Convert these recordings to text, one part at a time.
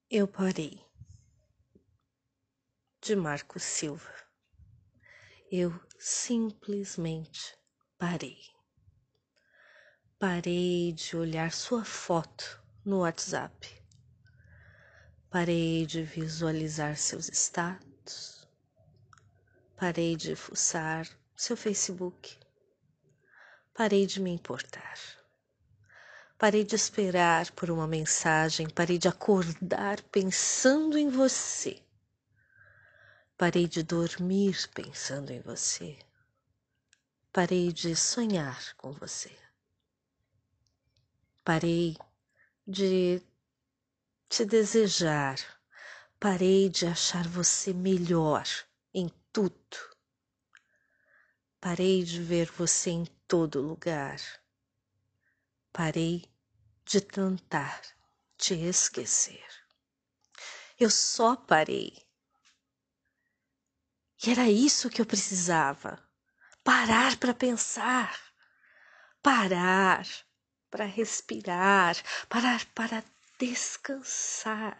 Eu parei. De Marco Silva. Eu simplesmente parei. Parei de olhar sua foto no WhatsApp. Parei de visualizar seus status. Parei de fuçar seu Facebook. Parei de me importar. Parei de esperar por uma mensagem. Parei de acordar pensando em você. Parei de dormir pensando em você. Parei de sonhar com você. Parei de te desejar. Parei de achar você melhor em tudo. Parei de ver você em todo lugar. Parei de tentar te esquecer. Eu só parei. E era isso que eu precisava. Parar para pensar. Parar para respirar. Parar para descansar.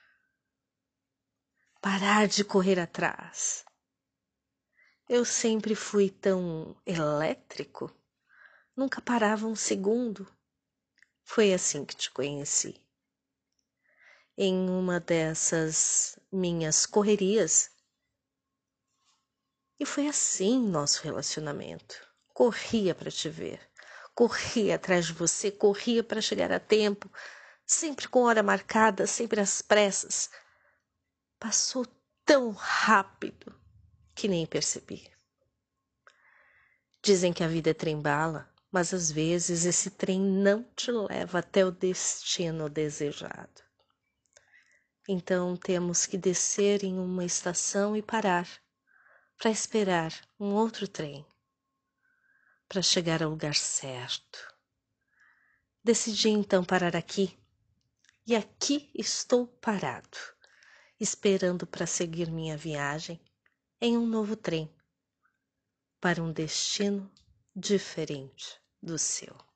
Parar de correr atrás. Eu sempre fui tão elétrico. Nunca parava um segundo. Foi assim que te conheci. Em uma dessas minhas correrias. E foi assim nosso relacionamento. Corria para te ver. Corria atrás de você, corria para chegar a tempo, sempre com hora marcada, sempre às pressas. Passou tão rápido que nem percebi. Dizem que a vida é trem-bala, mas às vezes esse trem não te leva até o destino desejado. Então temos que descer em uma estação e parar para esperar um outro trem, para chegar ao lugar certo. Decidi então parar aqui, e aqui estou parado, esperando para seguir minha viagem em um novo trem, para um destino diferente do seu.